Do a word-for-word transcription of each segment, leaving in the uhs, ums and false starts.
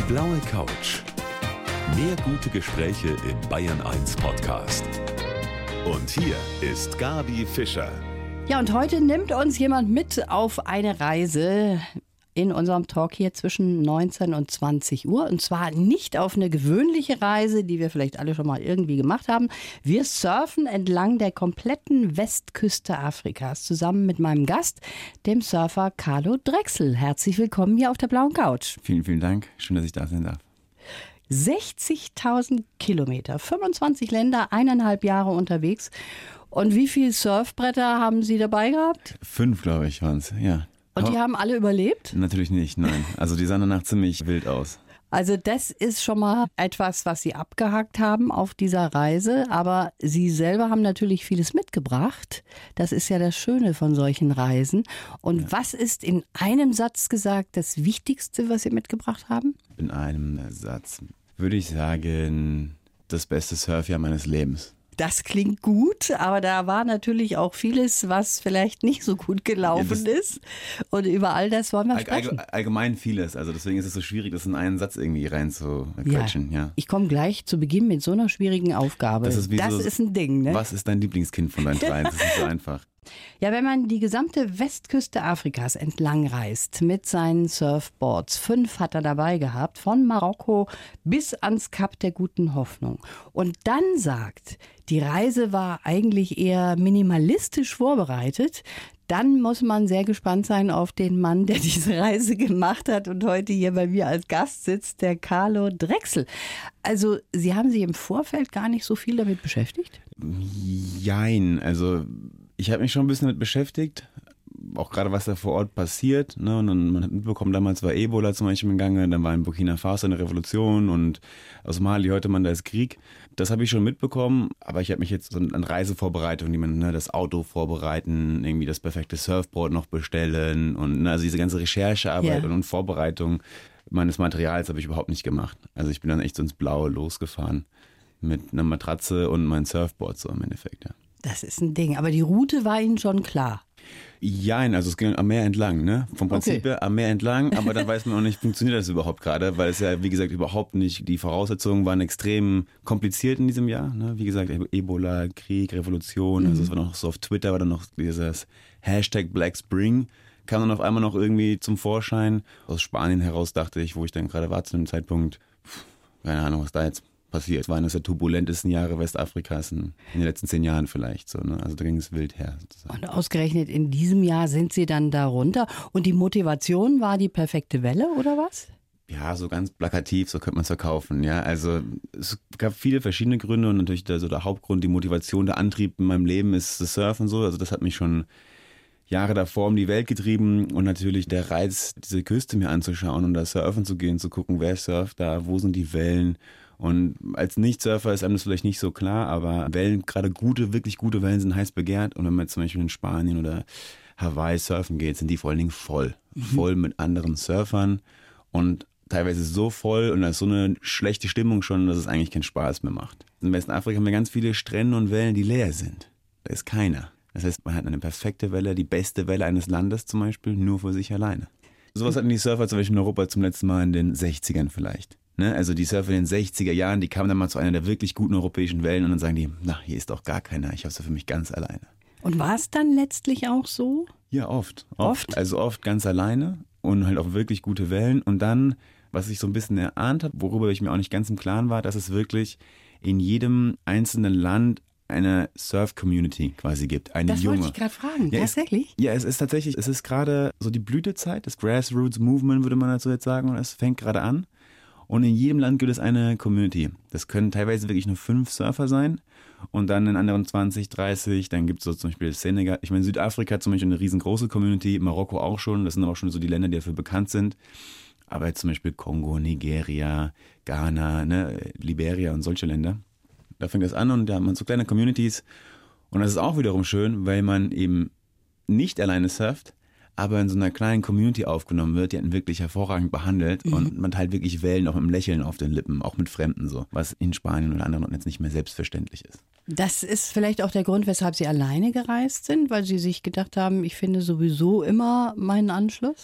blaue Couch. Mehr gute Gespräche im Bayern eins Podcast. Und hier ist Gabi Fischer. Ja, und heute nimmt uns jemand mit auf eine Reise in unserem Talk hier zwischen neunzehn und zwanzig Uhr. Und zwar nicht auf eine gewöhnliche Reise, die wir vielleicht alle schon mal irgendwie gemacht haben. Wir surfen entlang der kompletten Westküste Afrikas zusammen mit meinem Gast, dem Surfer Carlo Drechsel. Herzlich willkommen hier auf der blauen Couch. Vielen, vielen Dank. Schön, dass ich da sein darf. sechzigtausend Kilometer, fünfundzwanzig Länder, eineinhalb Jahre unterwegs. Und wie viele Surfbretter haben Sie dabei gehabt? Fünf, glaube ich, waren es, ja. Und die haben alle überlebt? Natürlich nicht, nein. Also die sahen danach ziemlich wild aus. Also das ist schon mal etwas, was Sie abgehakt haben auf dieser Reise. Aber Sie selber haben natürlich vieles mitgebracht. Das ist ja das Schöne von solchen Reisen. Und ja. Was ist in einem Satz gesagt das Wichtigste, was Sie mitgebracht haben? In einem Satz würde ich sagen, das beste Surfjahr meines Lebens. Das klingt gut, aber da war natürlich auch vieles, was vielleicht nicht so gut gelaufen ja, ist. Und über all das wollen wir sprechen. All, allgemein vieles. Also deswegen ist es so schwierig, das in einen Satz irgendwie reinzuquetschen. Ja. Ja. Ich komme gleich zu Beginn mit so einer schwierigen Aufgabe. Das ist, wie das so, ist ein Ding, ne? Was ist dein Lieblingskind von deinen dreien? Das ist nicht so einfach. Ja, wenn man die gesamte Westküste Afrikas entlang reist mit seinen Surfboards, fünf hat er dabei gehabt, von Marokko bis ans Kap der Guten Hoffnung. Und dann sagt, die Reise war eigentlich eher minimalistisch vorbereitet, dann muss man sehr gespannt sein auf den Mann, der diese Reise gemacht hat und heute hier bei mir als Gast sitzt, der Carlo Drechsel. Also Sie haben sich im Vorfeld gar nicht so viel damit beschäftigt? Jein, also ich habe mich schon ein bisschen damit beschäftigt, auch gerade was da vor Ort passiert. Ne? Und dann, man hat mitbekommen, damals war Ebola zum Beispiel im Gange, dann war in Burkina Faso eine Revolution und aus Mali hörte man, da ist Krieg. Das habe ich schon mitbekommen, aber ich habe mich jetzt so an Reisevorbereitung, die man, ne, das Auto vorbereiten, irgendwie das perfekte Surfboard noch bestellen und ne, also diese ganze Recherchearbeit yeah. und Vorbereitung meines Materials habe ich überhaupt nicht gemacht. Also ich bin dann echt so ins Blaue losgefahren mit einer Matratze und mein Surfboard so im Endeffekt, ja. Das ist ein Ding, aber die Route war Ihnen schon klar? Jein, also es ging am Meer entlang, ne? Vom Prinzip okay. her am Meer entlang, aber dann weiß man auch nicht, funktioniert das überhaupt gerade, weil es ja, wie gesagt, überhaupt nicht, die Voraussetzungen waren extrem kompliziert in diesem Jahr, ne? Wie gesagt, Ebola, Krieg, Revolution, mhm. also es war noch so auf Twitter, war dann noch dieses Hashtag Black Spring, kam dann auf einmal noch irgendwie zum Vorschein. Aus Spanien heraus dachte ich, wo ich dann gerade war zu dem Zeitpunkt, pff, keine Ahnung, was da jetzt passiert. Es waren eines der turbulentesten Jahre Westafrikas in, in den letzten zehn Jahren vielleicht. So, ne? Also da ging es wild her. Sozusagen. Und ausgerechnet in diesem Jahr sind Sie dann da runter. Und die Motivation war die perfekte Welle, oder was? Ja, so ganz plakativ, so könnte man es verkaufen. Ja, also es gab viele verschiedene Gründe und natürlich der, so der Hauptgrund, die Motivation, der Antrieb in meinem Leben ist das Surfen so. Also das hat mich schon Jahre davor um die Welt getrieben und natürlich der Reiz, diese Küste mir anzuschauen und da surfen zu gehen, zu gucken, wer surft da, wo sind die Wellen. Und als Nicht-Surfer ist einem das vielleicht nicht so klar, aber Wellen, gerade gute, wirklich gute Wellen sind heiß begehrt. Und wenn man jetzt zum Beispiel in Spanien oder Hawaii surfen geht, sind die vor allen Dingen voll. Mhm. Voll mit anderen Surfern und teilweise so voll und da ist so eine schlechte Stimmung schon, dass es eigentlich keinen Spaß mehr macht. In Westafrika haben wir ganz viele Strände und Wellen, die leer sind. Da ist keiner. Das heißt, man hat eine perfekte Welle, die beste Welle eines Landes zum Beispiel, nur für sich alleine. Sowas hatten die Surfer zum Beispiel in Europa zum letzten Mal in den sechzigern vielleicht. Ne, also die Surfer in den sechziger Jahren, die kamen dann mal zu einer der wirklich guten europäischen Wellen und dann sagen die, na, hier ist doch gar keiner, ich habe es für mich ganz alleine. Und war es dann letztlich auch so? Ja, oft, oft. Oft? Also oft ganz alleine und halt auch wirklich gute Wellen. Und dann, was ich so ein bisschen erahnt habe, worüber ich mir auch nicht ganz im Klaren war, dass es wirklich in jedem einzelnen Land eine Surf-Community quasi gibt, eine das junge. Das wollte ich gerade fragen, ja, tatsächlich? Es, ja, es ist tatsächlich, es ist gerade so die Blütezeit, das Grassroots-Movement würde man dazu jetzt sagen und es fängt gerade an. Und in jedem Land gibt es eine Community. Das können teilweise wirklich nur fünf Surfer sein und dann in anderen zwanzig, dreißig. Dann gibt es so zum Beispiel Senegal. Ich meine, Südafrika hat zum Beispiel eine riesengroße Community, Marokko auch schon. Das sind aber auch schon so die Länder, die dafür bekannt sind. Aber jetzt zum Beispiel Kongo, Nigeria, Ghana, ne, Liberia und solche Länder. Da fängt das an und da hat man so kleine Communities. Und das ist auch wiederum schön, weil man eben nicht alleine surft, aber in so einer kleinen Community aufgenommen wird, die einen wirklich hervorragend behandelt mhm. und man teilt wirklich Wellen auch mit einem Lächeln auf den Lippen, auch mit Fremden so, was in Spanien oder anderen Orten jetzt nicht mehr selbstverständlich ist. Das ist vielleicht auch der Grund, weshalb Sie alleine gereist sind, weil Sie sich gedacht haben, ich finde sowieso immer meinen Anschluss?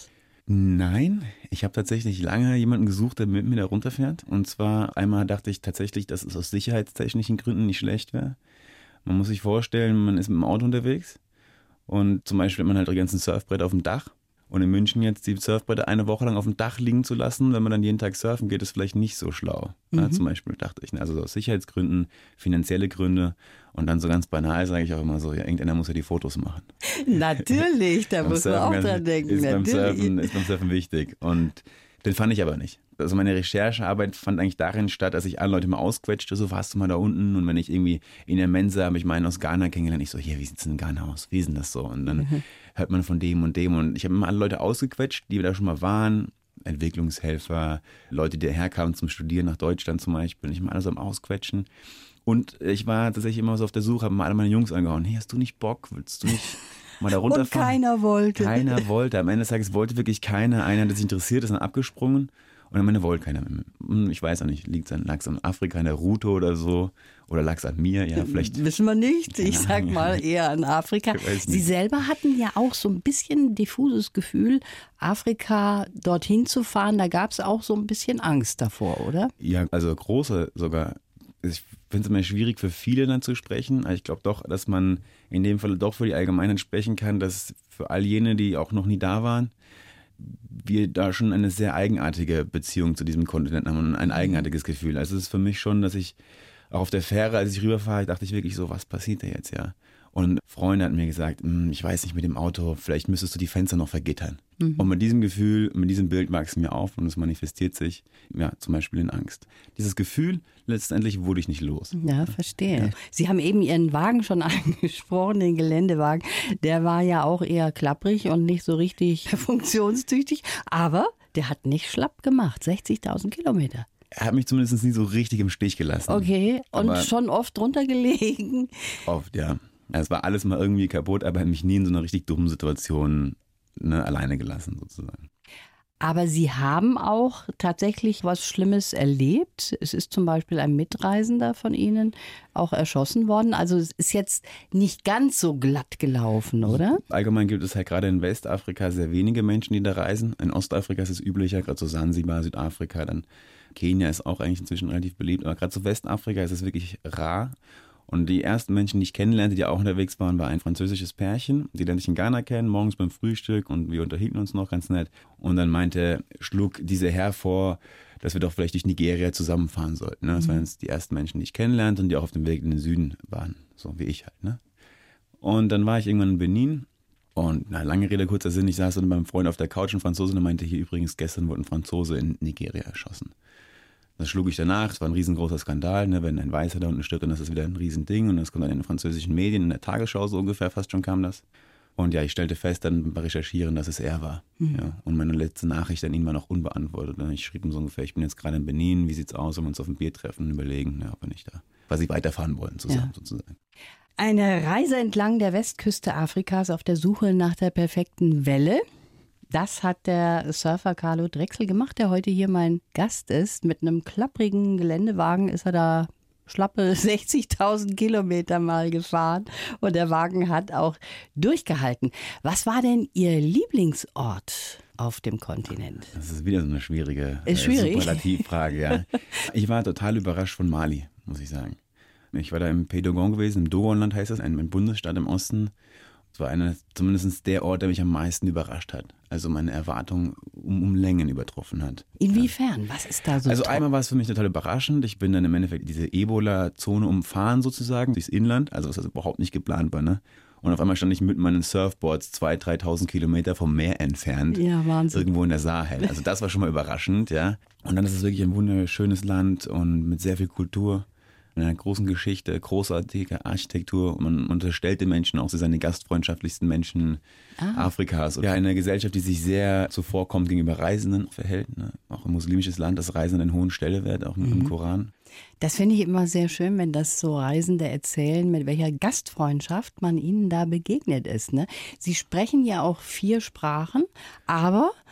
Nein, ich habe tatsächlich lange jemanden gesucht, der mit mir da runterfährt. Und zwar einmal dachte ich tatsächlich, dass es aus sicherheitstechnischen Gründen nicht schlecht wäre. Man muss sich vorstellen, man ist mit dem Auto unterwegs und zum Beispiel hat man halt die ganzen Surfbretter auf dem Dach. Und in München jetzt die Surfbretter eine Woche lang auf dem Dach liegen zu lassen, wenn man dann jeden Tag surfen geht, ist vielleicht nicht so schlau. Mhm. Ja, zum Beispiel dachte ich, also aus Sicherheitsgründen, finanzielle Gründe und dann so ganz banal sage ich auch immer so, ja, irgendeiner muss ja die Fotos machen. Natürlich, da muss man auch dran denken. Ist beim, Surfen, ist beim Surfen wichtig und den fand ich aber nicht. Also meine Recherchearbeit fand eigentlich darin statt, dass ich alle Leute mal ausquetschte, so warst du mal da unten und wenn ich irgendwie in der Mensa habe ich meinen aus Ghana kennengelernt, ich so, hier, wie sieht es in Ghana aus, wie ist denn das so? Und dann mhm. hört man von dem und dem und ich habe immer alle Leute ausgequetscht, die da schon mal waren, Entwicklungshelfer, Leute, die herkamen zum Studieren nach Deutschland zum Beispiel, ich mal alles am Ausquetschen und ich war tatsächlich immer so auf der Suche, habe mal alle meine Jungs angehauen, hey, hast du nicht Bock, willst du nicht mal da runterfahren? Und keiner wollte. Keiner wollte, am Ende des Tages wollte wirklich keiner, einer, der sich interessiert ist, dann abgesprungen. Und am Ende wollte keiner mehr. Ich weiß auch nicht, lag es an Afrika in der Route oder so? Oder lag es an mir? Ja, vielleicht. Wissen wir nicht. Ich sag mal eher an Afrika. Sie selber hatten ja auch so ein bisschen diffuses Gefühl, Afrika dorthin zu fahren. Da gab es auch so ein bisschen Angst davor, oder? Ja, also große sogar. Ich finde es immer schwierig für viele dann zu sprechen. Aber ich glaube doch, dass man in dem Fall doch für die Allgemeinheit sprechen kann, dass für all jene, die auch noch nie da waren, wir da schon eine sehr eigenartige Beziehung zu diesem Kontinent haben und ein eigenartiges Gefühl. Also es ist für mich schon, dass ich auch auf der Fähre, als ich rüberfahre, dachte ich wirklich so, was passiert da jetzt, ja? Und Freunde hatten mir gesagt, ich weiß nicht, mit dem Auto, vielleicht müsstest du die Fenster noch vergittern. Mhm. Und mit diesem Gefühl, mit diesem Bild mag es mir auf und es manifestiert sich, ja, zum Beispiel in Angst. Dieses Gefühl, letztendlich wurde ich nicht los. Ja, verstehe. Ja. Sie haben eben Ihren Wagen schon angesprochen, den Geländewagen. Der war ja auch eher klapprig und nicht so richtig funktionstüchtig, aber der hat nicht schlapp gemacht, sechzigtausend Kilometer. Er hat mich zumindest nie so richtig im Stich gelassen. Okay, und aber schon oft drunter gelegen? Oft, ja. Es war alles mal irgendwie kaputt, aber er hat mich nie in so einer richtig dummen Situation ne, alleine gelassen sozusagen. Aber Sie haben auch tatsächlich was Schlimmes erlebt. Es ist zum Beispiel ein Mitreisender von Ihnen auch erschossen worden. Also es ist jetzt nicht ganz so glatt gelaufen, oder? Allgemein gibt es halt gerade in Westafrika sehr wenige Menschen, die da reisen. In Ostafrika ist es üblicher, gerade so Sansibar, Südafrika, dann Kenia ist auch eigentlich inzwischen relativ beliebt. Aber gerade so Westafrika ist es wirklich rar. Und die ersten Menschen, die ich kennenlernte, die auch unterwegs waren, war ein französisches Pärchen. Die lernte ich in Ghana kennen, morgens beim Frühstück und wir unterhielten uns noch ganz nett. Und dann meinte, schlug dieser Herr vor, dass wir doch vielleicht durch Nigeria zusammenfahren sollten. Ne? Das waren jetzt die ersten Menschen, die ich kennenlernte und die auch auf dem Weg in den Süden waren, so wie ich halt. Ne? Und dann war ich irgendwann in Benin und na, lange Rede, kurzer Sinn, ich saß dann mit meinem Freund auf der Couch, ein Franzose, und er meinte, hier übrigens, gestern wurde ein Franzose in Nigeria erschossen. Das schlug ich danach, es war ein riesengroßer Skandal, ne? Wenn ein Weißer da unten stirbt, dann ist das wieder ein Riesending und das kommt dann in den französischen Medien, in der Tagesschau so ungefähr, fast schon kam das. Und ja, ich stellte fest dann beim Recherchieren, dass es er war. Mhm. Ja. Und meine letzte Nachricht an ihn war noch unbeantwortet. Ich schrieb ihm so ungefähr, ich bin jetzt gerade in Benin, wie sieht's aus, wenn wir uns auf ein Bier treffen und überlegen, ja, ob wir nicht da quasi weiterfahren wollen zusammen ja. sozusagen. Eine Reise entlang der Westküste Afrikas auf der Suche nach der perfekten Welle. Das hat der Surfer Carlo Drechsel gemacht, der heute hier mein Gast ist. Mit einem klapprigen Geländewagen ist er da schlappe sechzigtausend Kilometer mal gefahren und der Wagen hat auch durchgehalten. Was war denn Ihr Lieblingsort auf dem Kontinent? Das ist wieder so eine schwierige ist schwierig. Äh, Superlativfrage. Ja. Ich war total überrascht von Mali, muss ich sagen. Ich war da im Pays d'Ogon gewesen, im Dogonland heißt das, ein Bundesstaat im Osten. Es war eine, zumindest der Ort, der mich am meisten überrascht hat. Also meine Erwartungen um, um Längen übertroffen hat. Inwiefern? Was ist da so? Also toll? Einmal war es für mich total überraschend. Ich bin dann im Endeffekt diese Ebola-Zone umfahren sozusagen, durchs Inland. Also das ist überhaupt nicht geplant war, ne? Und auf einmal stand ich mit meinen Surfboards zweitausend, dreitausend Kilometer vom Meer entfernt. Ja, Wahnsinn. Irgendwo in der Sahel. Also das war schon mal überraschend, ja. Und dann ist es wirklich ein wunderschönes Land und mit sehr viel Kultur. In einer großen Geschichte, großartige Architektur. Man unterstellt den Menschen auch, sie seien die gastfreundschaftlichsten Menschen ah. Afrikas. Ja, eine Gesellschaft, die sich sehr zuvorkommt gegenüber Reisenden verhält. Ne? Auch ein muslimisches Land, das Reisenden einen hohen Stellenwert, auch mhm. im Koran. Das finde ich immer sehr schön, wenn das so Reisende erzählen, mit welcher Gastfreundschaft man ihnen da begegnet ist. Ne? Sie sprechen ja auch vier Sprachen, aber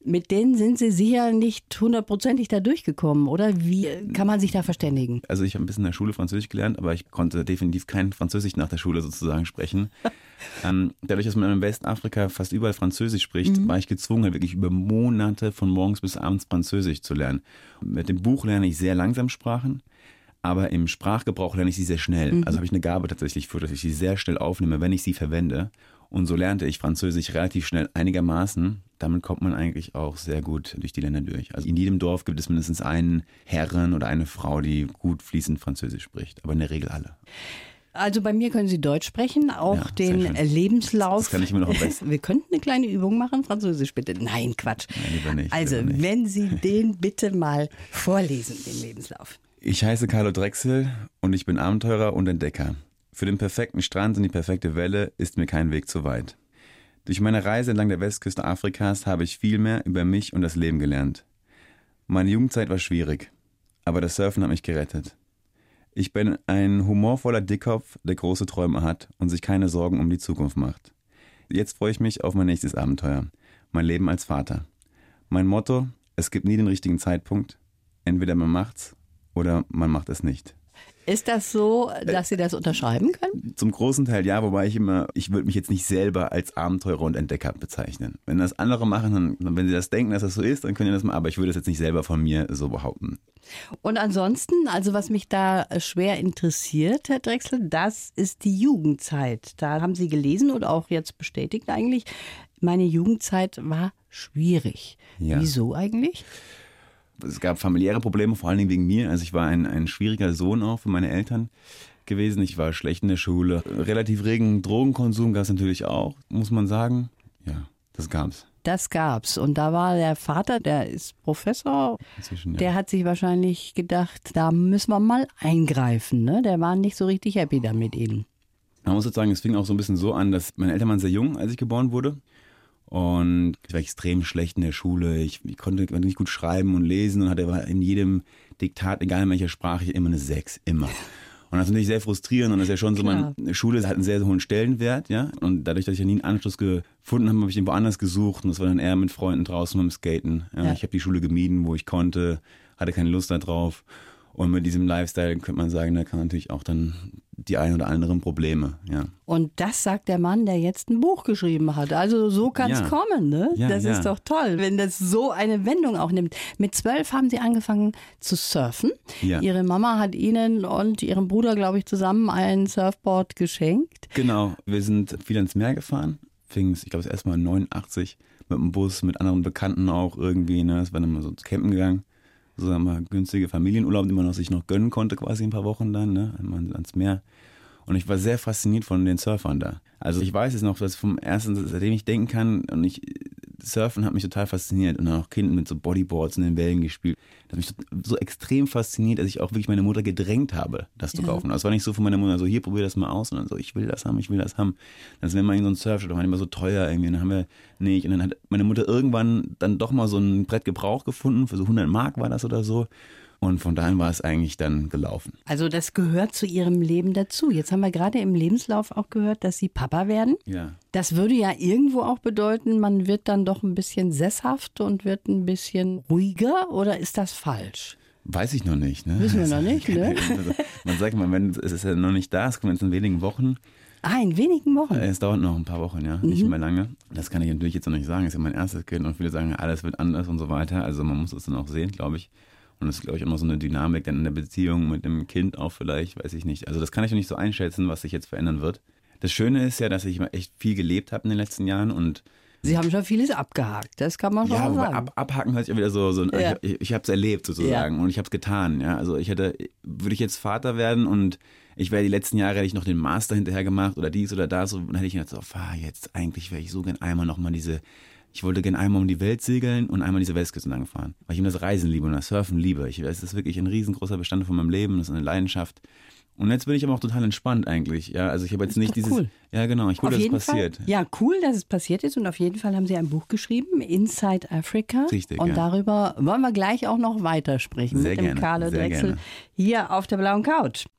Mit denen sind Sie sicher nicht hundertprozentig da durchgekommen, oder? Wie kann man sich da verständigen? Also ich habe ein bisschen in der Schule Französisch gelernt, aber ich konnte definitiv kein Französisch nach der Schule sozusagen sprechen. ähm, dadurch, dass man in Westafrika fast überall Französisch spricht, mhm. war ich gezwungen, halt wirklich über Monate von morgens bis abends Französisch zu lernen. Mit dem Buch lerne ich sehr langsam Sprachen. Aber im Sprachgebrauch lerne ich sie sehr schnell. Mhm. Also habe ich eine Gabe tatsächlich für, dass ich sie sehr schnell aufnehme, wenn ich sie verwende. Und so lernte ich Französisch relativ schnell einigermaßen. Damit kommt man eigentlich auch sehr gut durch die Länder durch. Also in jedem Dorf gibt es mindestens einen Herren oder eine Frau, die gut fließend Französisch spricht. Aber in der Regel alle. Also bei mir können Sie Deutsch sprechen, auch ja, den Lebenslauf. Das kann ich immer noch am besten. Wir könnten eine kleine Übung machen, Französisch bitte. Nein, Quatsch. Nein, lieber nicht. Also lieber nicht. wenn Sie den bitte mal vorlesen, den Lebenslauf. Ich heiße Carlo Drechsel und ich bin Abenteurer und Entdecker. Für den perfekten Strand und die perfekte Welle ist mir kein Weg zu weit. Durch meine Reise entlang der Westküste Afrikas habe ich viel mehr über mich und das Leben gelernt. Meine Jugendzeit war schwierig, aber das Surfen hat mich gerettet. Ich bin ein humorvoller Dickkopf, der große Träume hat und sich keine Sorgen um die Zukunft macht. Jetzt freue ich mich auf mein nächstes Abenteuer, mein Leben als Vater. Mein Motto, es gibt nie den richtigen Zeitpunkt, entweder man macht's oder man macht es nicht. Ist das so, dass Sie das unterschreiben können? Zum großen Teil ja, wobei ich immer, ich würde mich jetzt nicht selber als Abenteurer und Entdecker bezeichnen. Wenn das andere machen, dann, wenn sie das denken, dass das so ist, dann können sie das mal, aber ich würde das jetzt nicht selber von mir so behaupten. Und ansonsten, also was mich da schwer interessiert, Herr Drechsel, das ist die Jugendzeit. Da haben Sie gelesen oder auch jetzt bestätigt eigentlich, meine Jugendzeit war schwierig. Ja. Wieso eigentlich? Es gab familiäre Probleme, vor allen Dingen wegen mir. Also ich war ein, ein schwieriger Sohn auch für meine Eltern gewesen. Ich war schlecht in der Schule. Relativ regen Drogenkonsum gab es natürlich auch, muss man sagen. Ja, das gab's. Das gab's. Und da war der Vater, der ist Professor, Inzwischen, ja. Der hat sich wahrscheinlich gedacht, da müssen wir mal eingreifen. Ne? Der war nicht so richtig happy dann mit Ihnen. Man muss sagen, es fing auch so ein bisschen so an, dass meine Eltern waren sehr jung, als ich geboren wurde. Und ich war extrem schlecht in der Schule. Ich, ich konnte nicht gut schreiben und lesen und hatte in jedem Diktat, egal in welcher Sprache, immer eine sechs, immer. Und das ist natürlich sehr frustrierend und das ist ja schon so, meine Schule hat einen sehr, sehr hohen Stellenwert, ja. Und dadurch, dass ich ja nie einen Anschluss gefunden habe, habe ich ihn woanders gesucht und das war dann eher mit Freunden draußen beim Skaten. Ja. Ja. Ich habe die Schule gemieden, wo ich konnte, hatte keine Lust darauf. Und mit diesem Lifestyle könnte man sagen, da kann man natürlich auch dann die ein oder anderen Probleme, ja. Und das sagt der Mann, der jetzt ein Buch geschrieben hat. Also so kann es ja. kommen, ne? Ja, das ja. ist doch toll, wenn das so eine Wendung auch nimmt. Mit zwölf haben Sie angefangen zu surfen. Ja. Ihre Mama hat Ihnen und Ihrem Bruder, glaube ich, zusammen ein Surfboard geschenkt. Genau, wir sind viel ins Meer gefahren. Fing es, ich glaube, es erst mal neunundachtzig mit dem Bus, mit anderen Bekannten auch irgendwie, ne? Es war dann mal so campen gegangen. So sagen wir, günstige Familienurlaub, die man sich noch gönnen konnte, quasi ein paar Wochen dann, ne, ans Meer. Und ich war sehr fasziniert von den Surfern da. Also ich weiß es noch, dass vom ersten, seitdem ich denken kann, und ich, Surfen hat mich total fasziniert. Und dann auch Kinder mit so Bodyboards in den Wellen gespielt. Das hat mich so extrem fasziniert, dass ich auch wirklich meine Mutter gedrängt habe, das zu ja. kaufen. Das war nicht so von meiner Mutter so, hier, probier das mal aus. Und dann so, ich will das haben, ich will das haben. Dann sind wir mal in so ein Surfshop, das war immer so teuer irgendwie. Und dann haben wir nicht. Und dann hat meine Mutter irgendwann dann doch mal so ein Brett Gebrauch gefunden. Für so hundert Mark war das oder so. Und von daher war es eigentlich dann gelaufen. Also das gehört zu Ihrem Leben dazu. Jetzt haben wir gerade im Lebenslauf auch gehört, dass Sie Papa werden. Ja. Das würde ja irgendwo auch bedeuten, man wird dann doch ein bisschen sesshaft und wird ein bisschen ruhiger. Oder ist das falsch? Weiß ich noch nicht. Ne? Wissen wir noch nicht, ne? Also, man sagt mal, wenn, es ist ja noch nicht da, es kommt jetzt in wenigen Wochen. Ah, in wenigen Wochen? Es dauert noch ein paar Wochen, ja, mhm. nicht mehr lange. Das kann ich natürlich jetzt noch nicht sagen, es ist ja mein erstes Kind und viele sagen, alles wird anders und so weiter. Also man muss es dann auch sehen, glaube ich. Und das ist, glaube ich, immer so eine Dynamik dann in der Beziehung mit dem Kind auch vielleicht, weiß ich nicht. Also das kann ich noch nicht so einschätzen, was sich jetzt verändern wird. Das Schöne ist ja, dass ich echt viel gelebt habe in den letzten Jahren und Sie haben schon vieles abgehakt, das kann man schon ja, sagen. Ab, abhaken heißt ja wieder so, so ja. ich, ich habe es erlebt sozusagen ja. und ich habe es getan. Ja. Also ich hätte, würde ich jetzt Vater werden und ich wäre die letzten Jahre, hätte ich noch den Master hinterher gemacht oder dies oder das und dann hätte ich gedacht, so, fahr jetzt, eigentlich wäre ich so gern einmal nochmal diese, ich wollte gern einmal um die Welt segeln und einmal diese Westküste lang fahren, weil ich eben das Reisen liebe und das Surfen liebe. Ich, das ist wirklich ein riesengroßer Bestandteil von meinem Leben, das ist eine Leidenschaft. Und jetzt bin ich aber auch total entspannt eigentlich. Ja, also ich habe jetzt nicht dieses. Cool. Ja, genau. Ich cool, dass es passiert. Fall, ja, cool, dass es passiert ist. Und auf jeden Fall haben Sie ein Buch geschrieben, Inside Africa. Richtig. Und ja. darüber wollen wir gleich auch noch weitersprechen sehr mit dem gerne, Carlo sehr Drechsel gerne. hier auf der blauen Couch.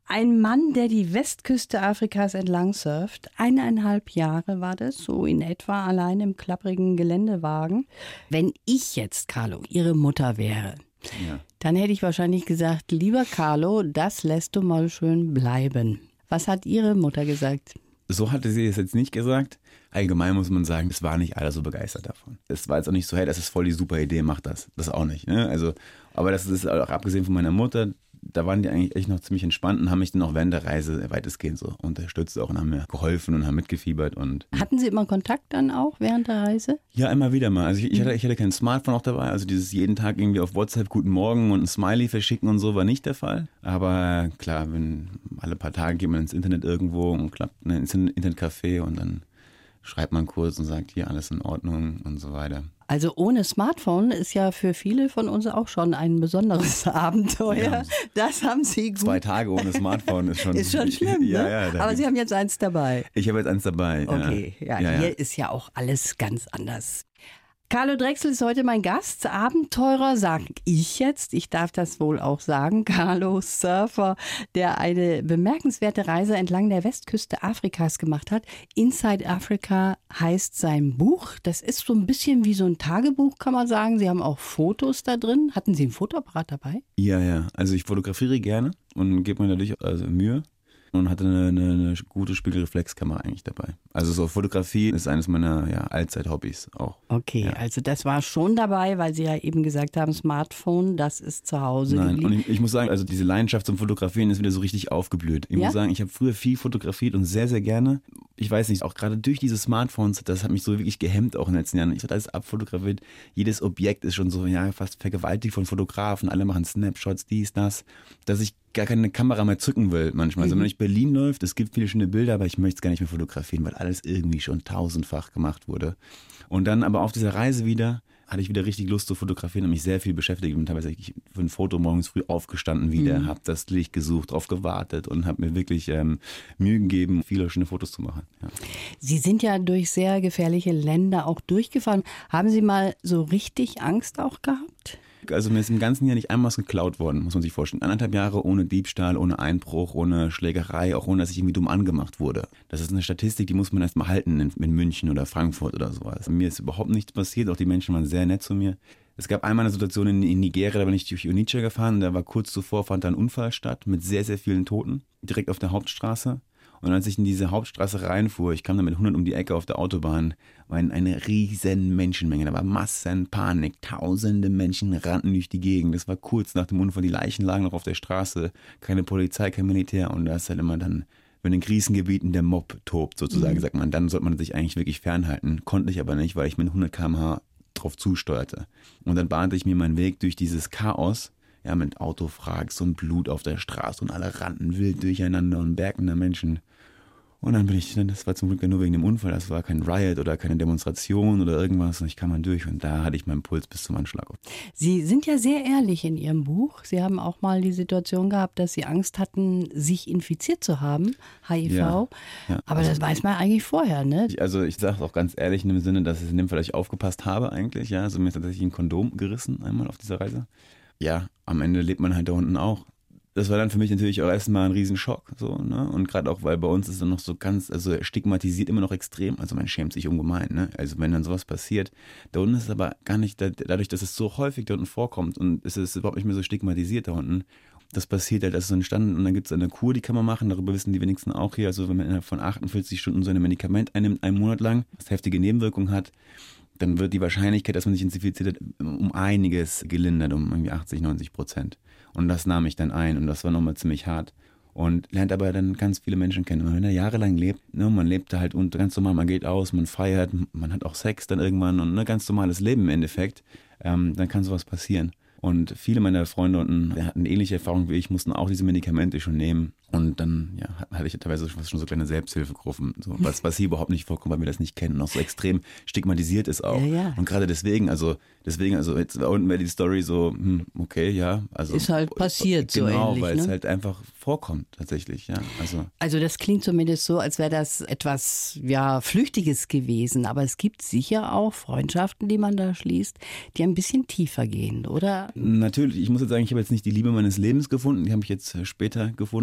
Ein Mann, der die Westküste Afrikas entlang surft. Eineinhalb Jahre war das, so in etwa, allein im klapprigen Geländewagen. Wenn ich jetzt, Carlo, Ihre Mutter wäre, ja, dann hätte ich wahrscheinlich gesagt, lieber Carlo, das lässt du mal schön bleiben. Was hat Ihre Mutter gesagt? So hatte sie es jetzt nicht gesagt. Allgemein muss man sagen, es war nicht alle so begeistert davon. Es war jetzt auch nicht so, hey, das ist voll die super Idee, mach das. Das auch nicht. Ne? Also, aber das ist auch abgesehen von meiner Mutter, da waren die eigentlich echt noch ziemlich entspannt und haben mich dann auch während der Reise weitestgehend so unterstützt auch und haben mir geholfen und haben mitgefiebert. Und hatten Sie immer Kontakt dann auch während der Reise? Ja, immer wieder mal. Also ich, ich, hatte, ich hatte kein Smartphone auch dabei, also dieses jeden Tag irgendwie auf WhatsApp Guten Morgen und ein Smiley verschicken und so war nicht der Fall. Aber klar, wenn alle paar Tage geht man ins Internet irgendwo und klappt ne, ins Internetcafé und dann schreibt man kurz und sagt, hier alles in Ordnung und so weiter. Also ohne Smartphone ist ja für viele von uns auch schon ein besonderes Abenteuer. Ja, das haben Sie gut. Zwei Tage ohne Smartphone ist schon, ist schon schlimm, ne? Ja, ja, aber Sie haben jetzt eins dabei. Ich habe jetzt eins dabei. Okay, ja, ja, hier ja. ist ja auch alles ganz anders. Carlo Drechsel ist heute mein Gast, Abenteurer, sage ich jetzt. Ich darf das wohl auch sagen. Carlo, Surfer, der eine bemerkenswerte Reise entlang der Westküste Afrikas gemacht hat. Inside Africa heißt sein Buch. Das ist so ein bisschen wie so ein Tagebuch, kann man sagen. Sie haben auch Fotos da drin. Hatten Sie ein Fotoapparat dabei? Ja, ja. Also ich fotografiere gerne und gebe mir natürlich also Mühe. Und hatte eine, eine, eine gute Spiegelreflexkamera eigentlich dabei. Also so Fotografie ist eines meiner ja, Allzeit-Hobbys auch. Okay, ja. Also das war schon dabei, weil Sie ja eben gesagt haben, Smartphone, das ist zu Hause Nein, geblieben. und ich, ich muss sagen, also diese Leidenschaft zum Fotografieren ist wieder so richtig aufgeblüht. Ich ja? muss sagen, ich habe früher viel fotografiert und sehr, sehr gerne. Ich weiß nicht, auch gerade durch diese Smartphones, das hat mich so wirklich gehemmt auch in den letzten Jahren. Ich habe alles abfotografiert. Jedes Objekt ist schon so ja fast vergewaltigt von Fotografen. Alle machen Snapshots, dies, das. Dass ich gar keine Kamera mehr zücken will manchmal. Also wenn ich Berlin läuft, es gibt viele schöne Bilder, aber ich möchte es gar nicht mehr fotografieren, weil alles irgendwie schon tausendfach gemacht wurde. Und dann aber auf dieser Reise wieder hatte ich wieder richtig Lust zu fotografieren und mich sehr viel beschäftigt und teilweise ich für ein Foto morgens früh aufgestanden wieder, mhm. habe das Licht gesucht, drauf gewartet und habe mir wirklich ähm, Mühe gegeben, viele schöne Fotos zu machen. Ja. Sie sind ja durch sehr gefährliche Länder auch durchgefahren. Haben Sie mal so richtig Angst auch gehabt? Also mir ist im ganzen Jahr nicht einmal was geklaut worden, muss man sich vorstellen. Anderthalb Jahre ohne Diebstahl, ohne Einbruch, ohne Schlägerei, auch ohne, dass ich irgendwie dumm angemacht wurde. Das ist eine Statistik, die muss man erst mal halten in, in München oder Frankfurt oder sowas. Mir ist überhaupt nichts passiert, auch die Menschen waren sehr nett zu mir. Es gab einmal eine Situation in, in Nigeria, da bin ich durch Onitsha gefahren, da war kurz zuvor, fand da ein Unfall statt mit sehr, sehr vielen Toten, direkt auf der Hauptstraße. Und als ich in diese Hauptstraße reinfuhr, ich kam da mit hundert um die Ecke auf der Autobahn, war eine riesen Menschenmenge, da war Massenpanik, tausende Menschen rannten durch die Gegend. Das war kurz nach dem Unfall, die Leichen lagen noch auf der Straße, keine Polizei, kein Militär und da ist halt immer dann, wenn in Krisengebieten der Mob tobt sozusagen, mhm. sagt man, dann sollte man sich eigentlich wirklich fernhalten. Konnte ich aber nicht, weil ich mit hundert Kilometer pro Stunde drauf zusteuerte. Und dann bahnte ich mir meinen Weg durch dieses Chaos, ja, mit Autowracks und Blut auf der Straße und alle rannten wild durcheinander und Bergen der Menschen. Und dann bin ich, das war zum Glück nur wegen dem Unfall, das war kein Riot oder keine Demonstration oder irgendwas und ich kam dann durch und da hatte ich meinen Puls bis zum Anschlag. Sie sind ja sehr ehrlich in Ihrem Buch. Sie haben auch mal die Situation gehabt, dass Sie Angst hatten, sich infiziert zu haben, H I V. Ja, ja. Aber also, das weiß man eigentlich vorher, ne? Ich, also ich sage es auch ganz ehrlich in dem Sinne, dass ich in dem Fall ich aufgepasst habe eigentlich. Ja, also mir ist tatsächlich ein Kondom gerissen einmal auf dieser Reise. Ja, am Ende lebt man halt da unten auch. Das war dann für mich natürlich auch erstmal ein Riesenschock. So, ne? Und gerade auch, weil bei uns ist dann noch so ganz, also stigmatisiert immer noch extrem. Also man schämt sich ungemein. Ne? Also wenn dann sowas passiert. Da unten ist es aber gar nicht, dadurch, dass es so häufig da unten vorkommt und es ist überhaupt nicht mehr so stigmatisiert da unten. Das passiert halt, das ist so entstanden und dann gibt es eine Kur, die kann man machen, darüber wissen die wenigsten auch hier. Also wenn man innerhalb von achtundvierzig Stunden so ein Medikament einnimmt, einen Monat lang, das heftige Nebenwirkungen hat, dann wird die Wahrscheinlichkeit, dass man sich infiziert hat, um einiges gelindert, um irgendwie achtzig, neunzig Prozent. Und das nahm ich dann ein und das war nochmal ziemlich hart. Und lernt aber dann ganz viele Menschen kennen. Und wenn er jahrelang lebt, ne, man lebt da halt und ganz normal, man geht aus, man feiert, man hat auch Sex dann irgendwann und ein ne, ganz normales Leben im Endeffekt, ähm, dann kann sowas passieren. Und viele meiner Freunde unten hatten ähnliche Erfahrungen wie ich, mussten auch diese Medikamente schon nehmen. Und dann ja, hatte ich teilweise schon so kleine Selbsthilfegruppen, so, was, was hier überhaupt nicht vorkommt, weil wir das nicht kennen und auch so extrem stigmatisiert ist auch. Ja, ja. Und gerade deswegen, also deswegen, also jetzt da unten wäre die Story so, hm, okay, ja. Also, ist halt passiert genau, so ähnlich. Genau, weil ne? es halt einfach vorkommt tatsächlich, ja. Also, also das klingt zumindest so, als wäre das etwas ja, Flüchtiges gewesen. Aber es gibt sicher auch Freundschaften, die man da schließt, die ein bisschen tiefer gehen, oder? Natürlich, ich muss jetzt sagen, ich habe jetzt nicht die Liebe meines Lebens gefunden, die habe ich jetzt später gefunden.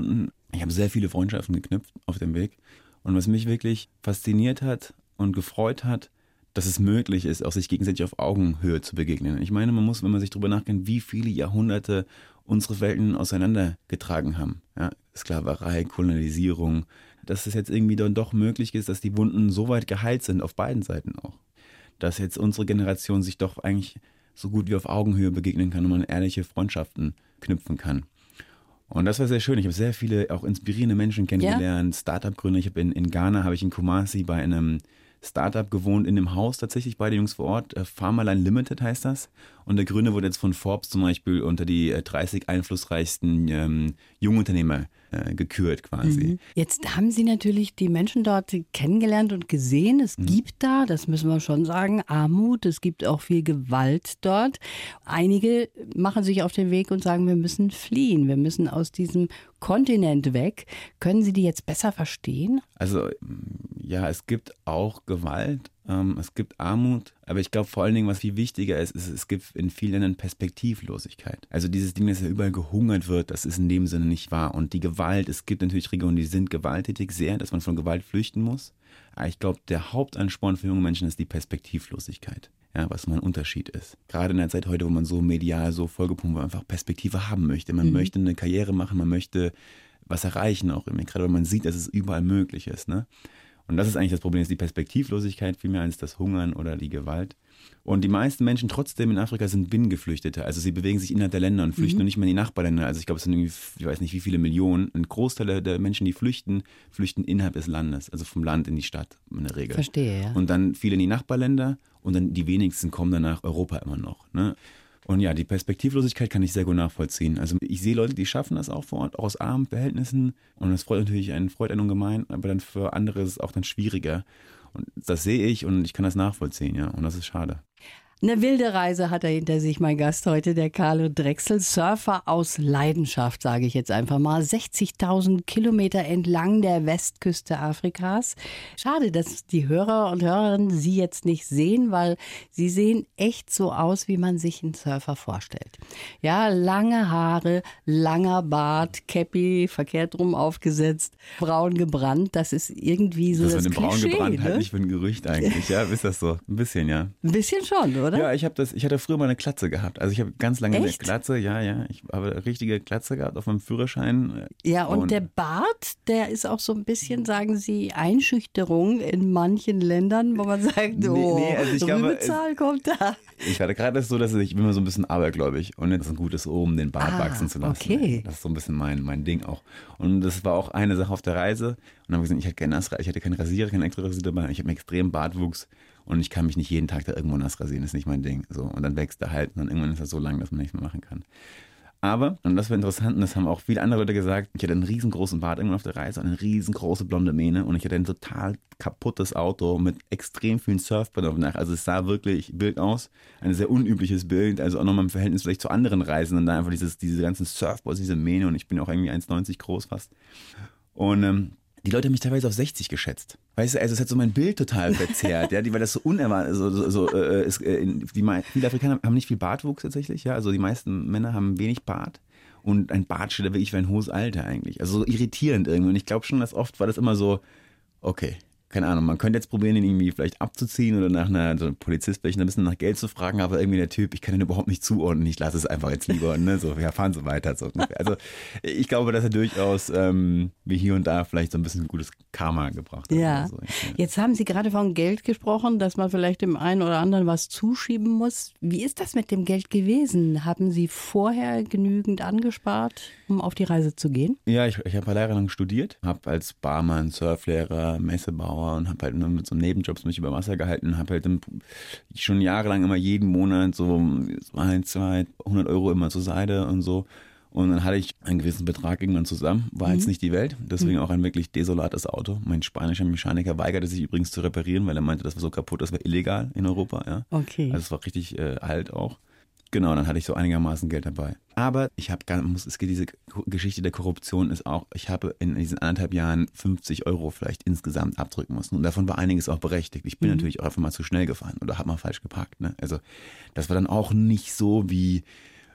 Ich habe sehr viele Freundschaften geknüpft auf dem Weg. Und was mich wirklich fasziniert hat und gefreut hat, dass es möglich ist, auch sich gegenseitig auf Augenhöhe zu begegnen. Ich meine, man muss, wenn man sich darüber nachdenkt, wie viele Jahrhunderte unsere Welten auseinandergetragen haben. Ja, Sklaverei, Kolonialisierung, dass es jetzt irgendwie dann doch möglich ist, dass die Wunden so weit geheilt sind, auf beiden Seiten auch. Dass jetzt unsere Generation sich doch eigentlich so gut wie auf Augenhöhe begegnen kann und man ehrliche Freundschaften knüpfen kann. Und das war sehr schön. Ich habe sehr viele auch inspirierende Menschen kennengelernt, ja. Start-up-Gründer. Ich habe in, in Ghana, habe ich in Kumasi bei einem Startup gewohnt, in dem Haus tatsächlich bei den Jungs vor Ort. Farmerline Limited heißt das. Und der Gründer wurde jetzt von Forbes zum Beispiel unter die dreißig einflussreichsten ähm, Jungunternehmer äh, gekürt quasi. Mhm. Jetzt haben Sie natürlich die Menschen dort kennengelernt und gesehen. Es mhm. gibt da, das müssen wir schon sagen, Armut. Es gibt auch viel Gewalt dort. Einige machen sich auf den Weg und sagen, wir müssen fliehen. Wir müssen aus diesem Kontinent weg. Können Sie die jetzt besser verstehen? Also ja, es gibt auch Gewalt, ähm, es gibt Armut, aber ich glaube vor allen Dingen, was viel wichtiger ist, ist, es gibt in vielen Ländern Perspektivlosigkeit. Also dieses Ding, dass ja überall gehungert wird, das ist in dem Sinne nicht wahr. Und die Gewalt, es gibt natürlich Regionen, die sind gewalttätig sehr, dass man von Gewalt flüchten muss. Aber ich glaube, der Hauptansporn für junge Menschen ist die Perspektivlosigkeit. Ja, was mal ein Unterschied ist. Gerade in der Zeit heute, wo man so medial so vollgepumpt, wo man einfach Perspektive haben möchte. Man mhm. möchte eine Karriere machen, man möchte was erreichen auch immer. Gerade weil man sieht, dass es überall möglich ist. Ne? Und das ist eigentlich das Problem, ist die Perspektivlosigkeit viel mehr als das Hungern oder die Gewalt. Und die meisten Menschen trotzdem in Afrika sind Binnengeflüchtete. Also sie bewegen sich innerhalb der Länder und flüchten mhm. nicht mehr in die Nachbarländer. Also ich glaube, es sind irgendwie, ich weiß nicht wie viele Millionen. Ein Großteil der Menschen, die flüchten, flüchten innerhalb des Landes. Also vom Land in die Stadt in der Regel. Verstehe, ja. Und dann viele in die Nachbarländer und dann die wenigsten kommen dann nach Europa immer noch. Ne? Und ja, die Perspektivlosigkeit kann ich sehr gut nachvollziehen. Also ich sehe Leute, die schaffen das auch vor Ort, auch aus armen Verhältnissen. Und das freut natürlich einen, freut einen ungemein, aber dann für andere ist es auch dann schwieriger. Und das sehe ich und ich kann das nachvollziehen, ja. Und das ist schade. Eine wilde Reise hat er hinter sich, mein Gast heute, der Carlo Drechsel. Surfer aus Leidenschaft, sage ich jetzt einfach mal. sechzigtausend Kilometer entlang der Westküste Afrikas. Schade, dass die Hörer und Hörerinnen Sie jetzt nicht sehen, weil Sie sehen echt so aus, wie man sich einen Surfer vorstellt. Ja, lange Haare, langer Bart, Käppi, verkehrt rum aufgesetzt, braun gebrannt. Das ist irgendwie so das, das mit dem Klischee, braun gebrannt ne? Halt nicht für ein Gerücht eigentlich, ja, ist das so? Ein bisschen, ja. Ein bisschen schon, oder? Ja, ich habe das, ich hatte früher mal eine Glatze gehabt. Also ich habe ganz lange Echt? eine Glatze, ja, ja. Ich habe eine richtige Glatze gehabt auf meinem Führerschein. Ja, und, und der Bart, der ist auch so ein bisschen, sagen Sie, Einschüchterung in manchen Ländern, wo man sagt, oh, nee, nee, also ich Rübezahl kommt da. Ich hatte gerade das so, dass ich bin immer so ein bisschen abergläubig und es ist ein gutes Oben, den Bart ah, wachsen zu lassen. Okay. Das ist so ein bisschen mein, mein Ding auch. Und das war auch eine Sache auf der Reise. Und dann habe ich gesagt, ich hatte keinen Nass, ich hatte keinen Rasierer, keinen extra Rasierer dabei. Ich habe einen extremen Bartwuchs. Und ich kann mich nicht jeden Tag da irgendwo nass rasieren, das ist nicht mein Ding. So, und dann wächst er halt und dann irgendwann ist er so lang, dass man nichts mehr machen kann. Aber, und das war interessant, und das haben auch viele andere Leute gesagt, ich hatte einen riesengroßen Bart irgendwann auf der Reise und eine riesengroße blonde Mähne und ich hatte ein total kaputtes Auto mit extrem vielen Surfbrettern auf nach. Also es sah wirklich wild aus, ein sehr unübliches Bild, also auch nochmal im Verhältnis vielleicht zu anderen Reisen und da einfach dieses, diese ganzen Surfboards, diese Mähne und ich bin auch irgendwie eins neunzig groß fast. Und ähm, die Leute haben mich teilweise auf sechzig geschätzt. Weißt du, also es hat so mein Bild total verzerrt, ja, die, weil das so unerwartet, so, so, so äh, ist, äh, die, viele Afrikaner haben nicht viel Bartwuchs tatsächlich, ja, also die meisten Männer haben wenig Bart und ein Bart steht da wirklich wie ein hohes Alter eigentlich, also so irritierend irgendwie und ich glaube schon, dass oft war das immer so, okay, keine Ahnung, man könnte jetzt probieren, ihn irgendwie vielleicht abzuziehen oder nach einer, so einem Polizist vielleicht ein bisschen nach Geld zu fragen, aber irgendwie der Typ, ich kann ihn überhaupt nicht zuordnen, ich lasse es einfach jetzt lieber, ne, so, ja, fahren Sie weiter, so ungefähr. Also ich glaube, dass er durchaus ähm, wie hier und da vielleicht so ein bisschen gutes Karma gebracht hat. Ja. So. Jetzt haben Sie gerade von Geld gesprochen, dass man vielleicht dem einen oder anderen was zuschieben muss. Wie ist das mit dem Geld gewesen? Haben Sie vorher genügend angespart, um auf die Reise zu gehen? Ja, ich, ich habe ein paar Jahre lang studiert, habe als Barmann, Surflehrer, Messebauer und habe halt mit so Nebenjobs mich über Wasser gehalten, habe halt schon jahrelang immer jeden Monat so ein, zwei, hundert Euro immer zur Seite und so. Und dann hatte ich einen gewissen Betrag irgendwann zusammen. War mhm. jetzt nicht die Welt, deswegen mhm. auch ein wirklich desolates Auto. Mein spanischer Mechaniker weigerte sich übrigens zu reparieren, weil er meinte, das war so kaputt, das war illegal in Europa. Ja. Okay. Also es war richtig äh, alt auch. Genau, dann hatte ich so einigermaßen Geld dabei. Aber ich habe gar muss es geht diese Geschichte der Korruption ist auch, ich habe in diesen anderthalb Jahren fünfzig Euro vielleicht insgesamt abdrücken müssen. Und davon war einiges auch berechtigt. Ich bin mhm. natürlich auch einfach mal zu schnell gefahren oder habe mal falsch geparkt. Ne? Also das war dann auch nicht so wie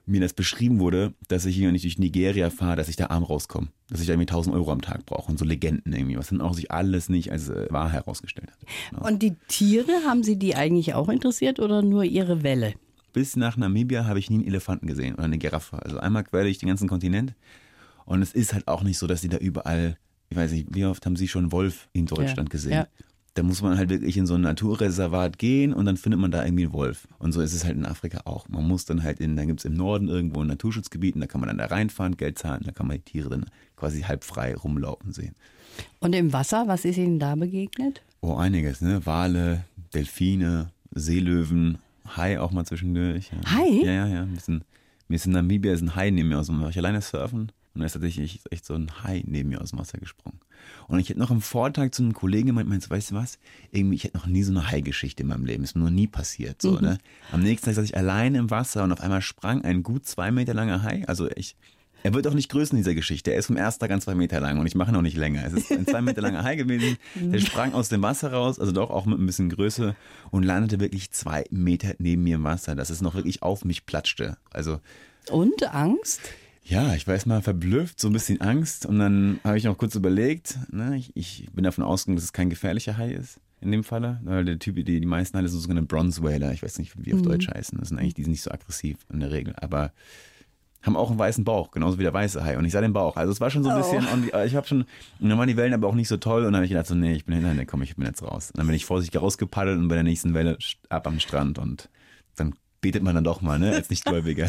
mir das beschrieben wurde, dass ich hier nicht durch Nigeria fahre, dass ich da arm rauskomme. Dass ich da irgendwie tausend Euro am Tag brauche und so Legenden irgendwie, was dann auch sich alles nicht als äh, wahr herausgestellt hat. Genau. Und die Tiere, haben Sie die eigentlich auch interessiert oder nur Ihre Welle? Bis nach Namibia habe ich nie einen Elefanten gesehen oder eine Giraffe. Also einmal quer durch den ganzen Kontinent. Und es ist halt auch nicht so, dass die da überall, ich weiß nicht, wie oft haben Sie schon einen Wolf in Deutschland ja. gesehen? Ja. Da muss man halt wirklich in so ein Naturreservat gehen und dann findet man da irgendwie einen Wolf. Und so ist es halt in Afrika auch. Man muss dann halt in, dann gibt es im Norden irgendwo ein Naturschutzgebiet und da kann man dann da reinfahren, Geld zahlen, da kann man die Tiere dann quasi halb frei rumlaufen sehen. Und im Wasser, was ist Ihnen da begegnet? Oh, einiges, ne? Wale, Delfine, Seelöwen, Hai auch mal zwischendurch. Ja. Hai? Ja, ja, ja. Ein bisschen, mir ist in Namibia ist ein Hai neben mir aus dem Wasser. Ich alleine surfen und da ist tatsächlich echt so ein Hai neben mir aus dem Wasser gesprungen. Und ich hätte noch am Vortag zu einem Kollegen gemeint, meinst du, weißt du was? Irgendwie, ich hätte noch nie so eine Hai-Geschichte in meinem Leben. Ist mir noch nie passiert. So, mhm. ne? Am nächsten Tag saß ich alleine im Wasser und auf einmal sprang ein gut zwei Meter langer Hai. Also ich, er wird auch nicht größer in dieser Geschichte. Er ist vom ersten Tag an zwei Meter lang und ich mache ihn auch nicht länger. Es ist ein zwei Meter langer Hai gewesen. Der sprang aus dem Wasser raus, also doch auch mit ein bisschen Größe und landete wirklich zwei Meter neben mir im Wasser, dass es noch wirklich auf mich platschte. Also und Angst? Ja, ich war erstmal verblüfft, so ein bisschen Angst und dann habe ich noch kurz überlegt, ne, ich, ich bin davon ausgegangen, dass es kein gefährlicher Hai ist in dem Falle, weil der Typ, die, die meisten Haie sind sogenannte Bronze Whaler, ich weiß nicht, wie auf mhm. Deutsch heißen, das sind eigentlich, die sind nicht so aggressiv in der Regel, aber haben auch einen weißen Bauch, genauso wie der weiße Hai und ich sah den Bauch, also es war schon so ein bisschen, oh. und ich habe schon, und dann waren die Wellen aber auch nicht so toll und dann habe ich gedacht so, nee, ich bin hinterher, komm, ich bin jetzt raus. Und dann bin ich vorsichtig rausgepaddelt und bei der nächsten Welle ab am Strand und dann betet man dann doch mal, ne, als Nichtgläubiger.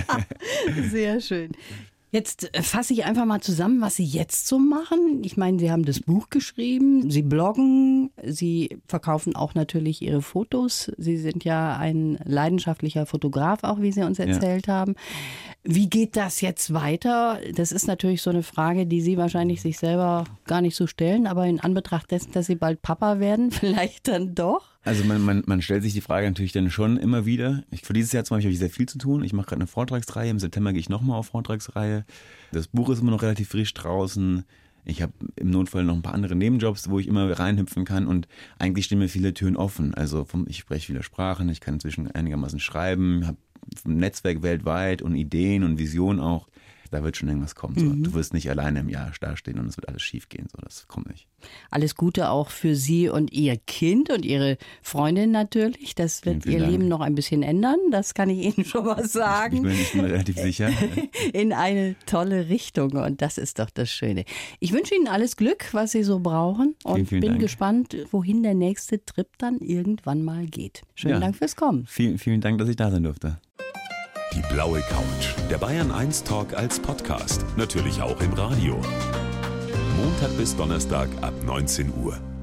Sehr schön. Jetzt fasse ich einfach mal zusammen, was Sie jetzt so machen. Ich meine, Sie haben das Buch geschrieben, Sie bloggen, Sie verkaufen auch natürlich Ihre Fotos. Sie sind ja ein leidenschaftlicher Fotograf, auch wie Sie uns erzählt ja. haben. Wie geht das jetzt weiter? Das ist natürlich so eine Frage, die Sie wahrscheinlich sich selber gar nicht so stellen, aber in Anbetracht dessen, dass Sie bald Papa werden, vielleicht dann doch? Also man, man, man stellt sich die Frage natürlich dann schon immer wieder. Ich, für dieses Jahr zum Beispiel habe ich sehr viel zu tun. Ich mache gerade eine Vortragsreihe. Im September gehe ich nochmal auf Vortragsreihe. Das Buch ist immer noch relativ frisch draußen. Ich habe im Notfall noch ein paar andere Nebenjobs, wo ich immer reinhüpfen kann. Und eigentlich stehen mir viele Türen offen. Also vom, ich spreche viele Sprachen. Ich kann inzwischen einigermaßen schreiben. Habe ein Netzwerk weltweit und Ideen und Visionen auch. Da wird schon irgendwas kommen. So. Mhm. Du wirst nicht alleine im Jahr dastehen und es wird alles schief gehen. So, das kommt nicht. Alles Gute auch für Sie und Ihr Kind und Ihre Freundin natürlich. Das wird vielen, vielen Ihr Dank. Leben noch ein bisschen ändern. Das kann ich Ihnen schon mal sagen. Ich bin, ich bin relativ sicher. In eine tolle Richtung und das ist doch das Schöne. Ich wünsche Ihnen alles Glück, was Sie so brauchen und vielen, vielen bin Dank. gespannt, wohin der nächste Trip dann irgendwann mal geht. Schönen ja. Dank fürs Kommen. Vielen, vielen Dank, dass ich da sein durfte. Die blaue Couch, der Bayern eins Talk als Podcast, natürlich auch im Radio. Montag bis Donnerstag ab neunzehn Uhr.